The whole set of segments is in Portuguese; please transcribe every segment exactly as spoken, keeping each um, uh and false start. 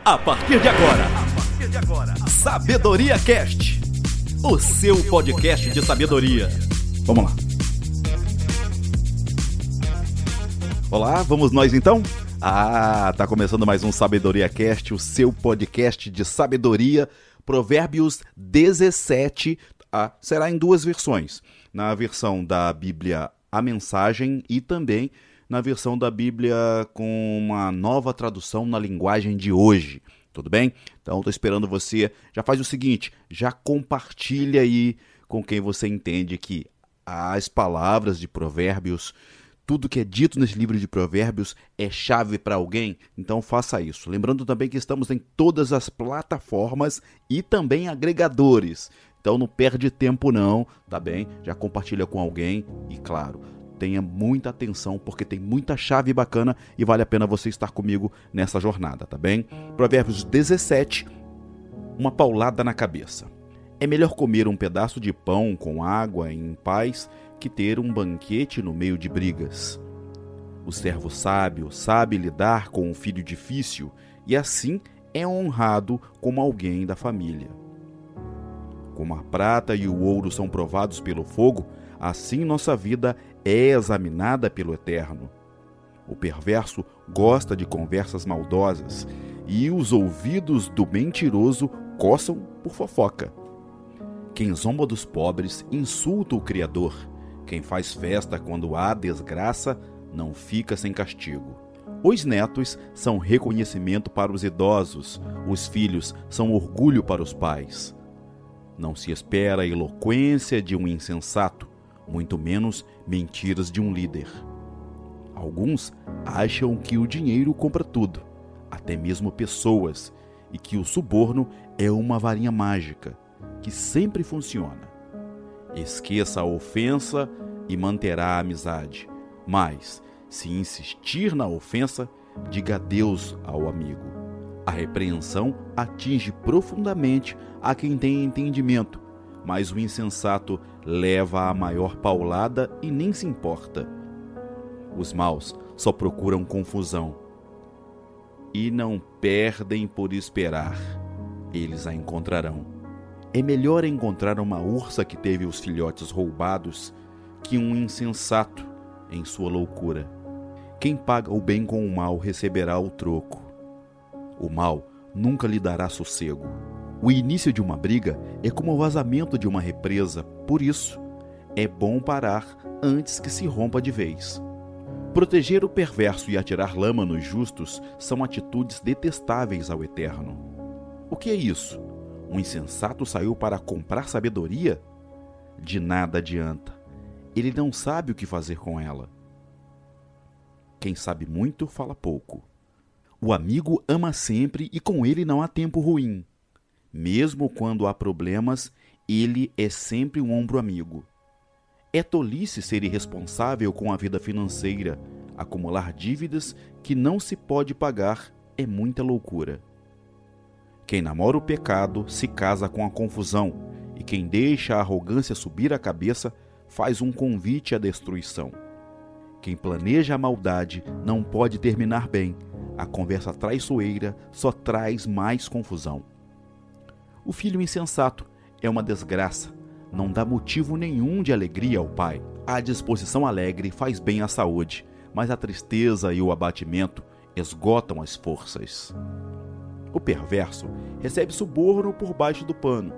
A partir de agora, a partir de agora, Sabedoria Cast, o seu podcast de sabedoria. Vamos lá. Olá, vamos nós então? Ah, tá começando mais um Sabedoria Cast, o seu podcast de sabedoria. Provérbios dezessete, ah, será em duas versões. Na versão da Bíblia A Mensagem e também na versão da Bíblia com uma nova tradução na linguagem de hoje. Tudo bem? Então, estou esperando você. Já faz o seguinte, já compartilha aí com quem você entende que as palavras de Provérbios, tudo que é dito nesse livro de Provérbios é chave para alguém, então faça isso. Lembrando também que estamos em todas as plataformas e também agregadores. Então não perde tempo não, tá bem? Já compartilha com alguém e, claro, tenha muita atenção porque tem muita chave bacana e vale a pena você estar comigo nessa jornada, tá bem? Provérbios dezessete, uma paulada na cabeça. É melhor comer um pedaço de pão com água em paz que ter um banquete no meio de brigas. O servo sábio sabe lidar com um filho difícil e assim é honrado como alguém da família. Como a prata e o ouro são provados pelo fogo, assim nossa vida é examinada pelo Eterno. O perverso gosta de conversas maldosas e os ouvidos do mentiroso coçam por fofoca. Quem zomba dos pobres insulta o Criador. Quem faz festa quando há desgraça não fica sem castigo. Os netos são reconhecimento para os idosos, os filhos são orgulho para os pais. Não se espera a eloquência de um insensato, muito menos mentiras de um líder. Alguns acham que o dinheiro compra tudo, até mesmo pessoas, e que o suborno é uma varinha mágica, que sempre funciona. Esqueça a ofensa e manterá a amizade, mas, se insistir na ofensa, diga adeus ao amigo. A repreensão atinge profundamente a quem tem entendimento, mas o insensato leva a maior paulada e nem se importa. Os maus só procuram confusão e não perdem por esperar. Eles a encontrarão. É melhor encontrar uma ursa que teve os filhotes roubados que um insensato em sua loucura. Quem paga o bem com o mal receberá o troco. O mal nunca lhe dará sossego. O início de uma briga é como o vazamento de uma represa, por isso, é bom parar antes que se rompa de vez. Proteger o perverso e atirar lama nos justos são atitudes detestáveis ao Eterno. O que é isso? Um insensato saiu para comprar sabedoria? De nada adianta. Ele não sabe o que fazer com ela. Quem sabe muito, fala pouco. O amigo ama sempre e com ele não há tempo ruim. Mesmo quando há problemas, ele é sempre um ombro amigo. É tolice ser irresponsável com a vida financeira. Acumular dívidas que não se pode pagar é muita loucura. Quem namora o pecado se casa com a confusão, e quem deixa a arrogância subir a cabeça faz um convite à destruição. Quem planeja a maldade não pode terminar bem. A conversa traiçoeira só traz mais confusão. O filho insensato é uma desgraça, não dá motivo nenhum de alegria ao pai. A disposição alegre faz bem à saúde, mas a tristeza e o abatimento esgotam as forças. O perverso recebe suborno por baixo do pano.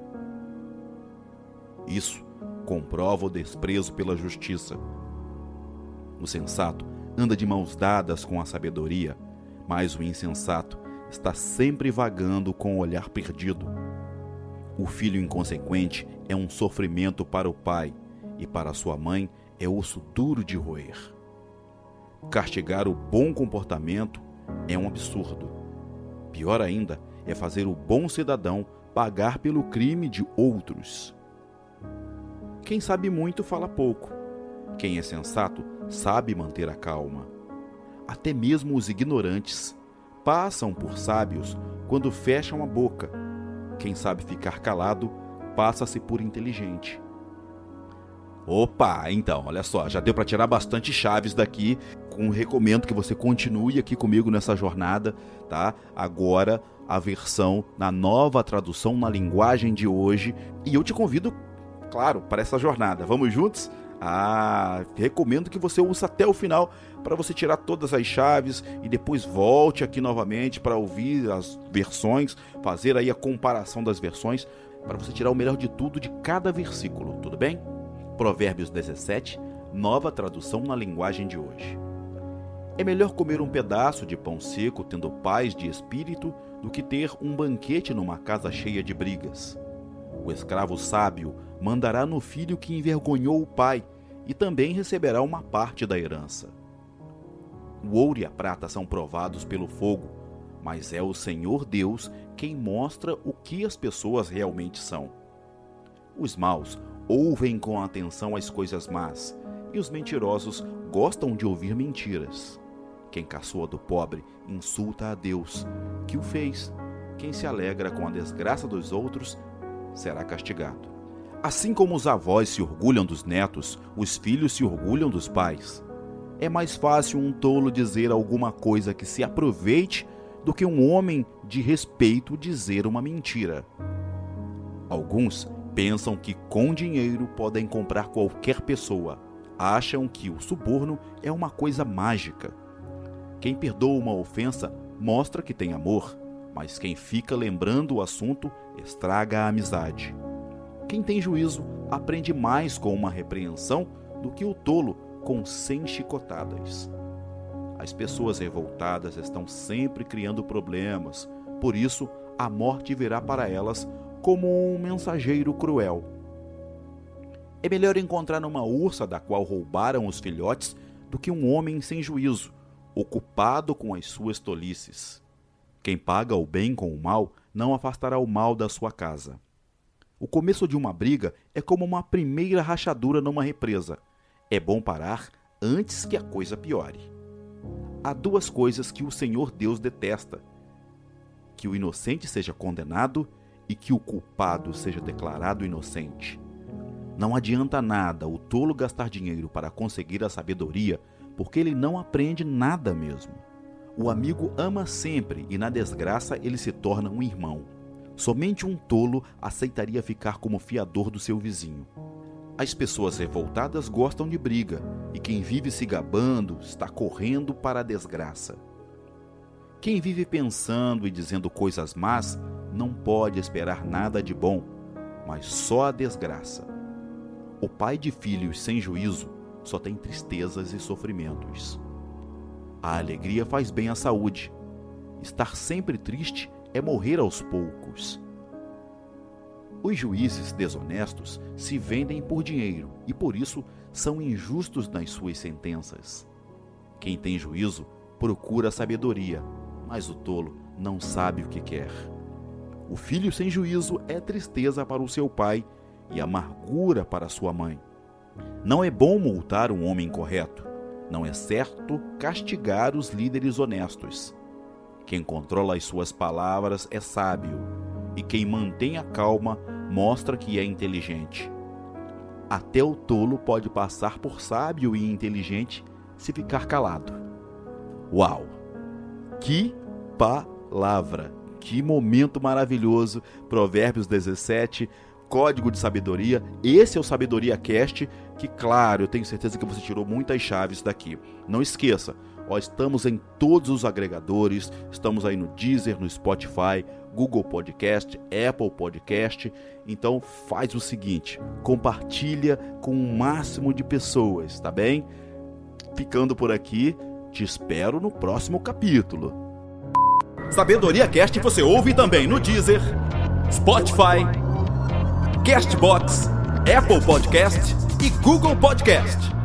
Isso comprova o desprezo pela justiça. O sensato anda de mãos dadas com a sabedoria, mas o insensato está sempre vagando com o olhar perdido. O filho inconsequente é um sofrimento para o pai, e para sua mãe é osso duro de roer. Castigar o bom comportamento é um absurdo. Pior ainda é fazer o bom cidadão pagar pelo crime de outros. Quem sabe muito fala pouco. Quem é sensato sabe manter a calma. Até mesmo os ignorantes passam por sábios quando fecham a boca. Quem sabe ficar calado passa-se por inteligente. Opa, então, olha só, já deu para tirar bastante chaves daqui com, recomendo que você continue aqui comigo nessa jornada, tá? Agora a versão na nova tradução, na linguagem de hoje. E eu te convido, claro, para essa jornada. Vamos juntos? Ah, recomendo que você ouça até o final para você tirar todas as chaves e depois volte aqui novamente para ouvir as versões, fazer aí a comparação das versões, para você tirar o melhor de tudo de cada versículo, tudo bem? Provérbios dezessete, nova tradução na linguagem de hoje. É melhor comer um pedaço de pão seco tendo paz de espírito do que ter um banquete numa casa cheia de brigas. O escravo sábio mandará no filho que envergonhou o pai e também receberá uma parte da herança. O ouro e a prata são provados pelo fogo, mas é o Senhor Deus quem mostra o que as pessoas realmente são. Os maus ouvem com atenção as coisas más, e os mentirosos gostam de ouvir mentiras. Quem caçoa do pobre insulta a Deus, que o fez. Quem se alegra com a desgraça dos outros será castigado. Assim como os avós se orgulham dos netos, os filhos se orgulham dos pais. É mais fácil um tolo dizer alguma coisa que se aproveite do que um homem de respeito dizer uma mentira. Alguns pensam que com dinheiro podem comprar qualquer pessoa. Acham que o suborno é uma coisa mágica. Quem perdoa uma ofensa mostra que tem amor, mas quem fica lembrando o assunto estraga a amizade. Quem tem juízo aprende mais com uma repreensão do que o tolo com cem chicotadas. As pessoas revoltadas estão sempre criando problemas, por isso a morte virá para elas como um mensageiro cruel. É melhor encontrar uma ursa da qual roubaram os filhotes do que um homem sem juízo, ocupado com as suas tolices. Quem paga o bem com o mal não afastará o mal da sua casa. O começo de uma briga é como uma primeira rachadura numa represa. É bom parar antes que a coisa piore. Há duas coisas que o Senhor Deus detesta: que o inocente seja condenado e que o culpado seja declarado inocente. Não adianta nada o tolo gastar dinheiro para conseguir a sabedoria, porque ele não aprende nada mesmo. O amigo ama sempre e na desgraça ele se torna um irmão. Somente um tolo aceitaria ficar como fiador do seu vizinho. As pessoas revoltadas gostam de briga, e quem vive se gabando está correndo para a desgraça. Quem vive pensando e dizendo coisas más não pode esperar nada de bom, mas só a desgraça. O pai de filhos sem juízo só tem tristezas e sofrimentos. A alegria faz bem à saúde. Estar sempre triste é morrer aos poucos. Os juízes desonestos se vendem por dinheiro e, por isso, são injustos nas suas sentenças. Quem tem juízo procura sabedoria, mas o tolo não sabe o que quer. O filho sem juízo é tristeza para o seu pai e amargura para sua mãe. Não é bom multar um homem correto. Não é certo castigar os líderes honestos. Quem controla as suas palavras é sábio, e quem mantém a calma mostra que é inteligente. Até o tolo pode passar por sábio e inteligente se ficar calado. Uau! Que palavra! Que momento maravilhoso! Provérbios dezessete, código de sabedoria. Esse é o Sabedoria Cast, que, claro, eu tenho certeza que você tirou muitas chaves daqui. Não esqueça, ó, estamos em todos os agregadores, estamos aí no Deezer, no Spotify, Google Podcast, Apple Podcast. Então faz o seguinte, compartilha com o máximo de pessoas, tá bem? Ficando por aqui, te espero no próximo capítulo. Sabedoria Cast você ouve também no Deezer, Spotify, Castbox, Apple Podcast e Google Podcast.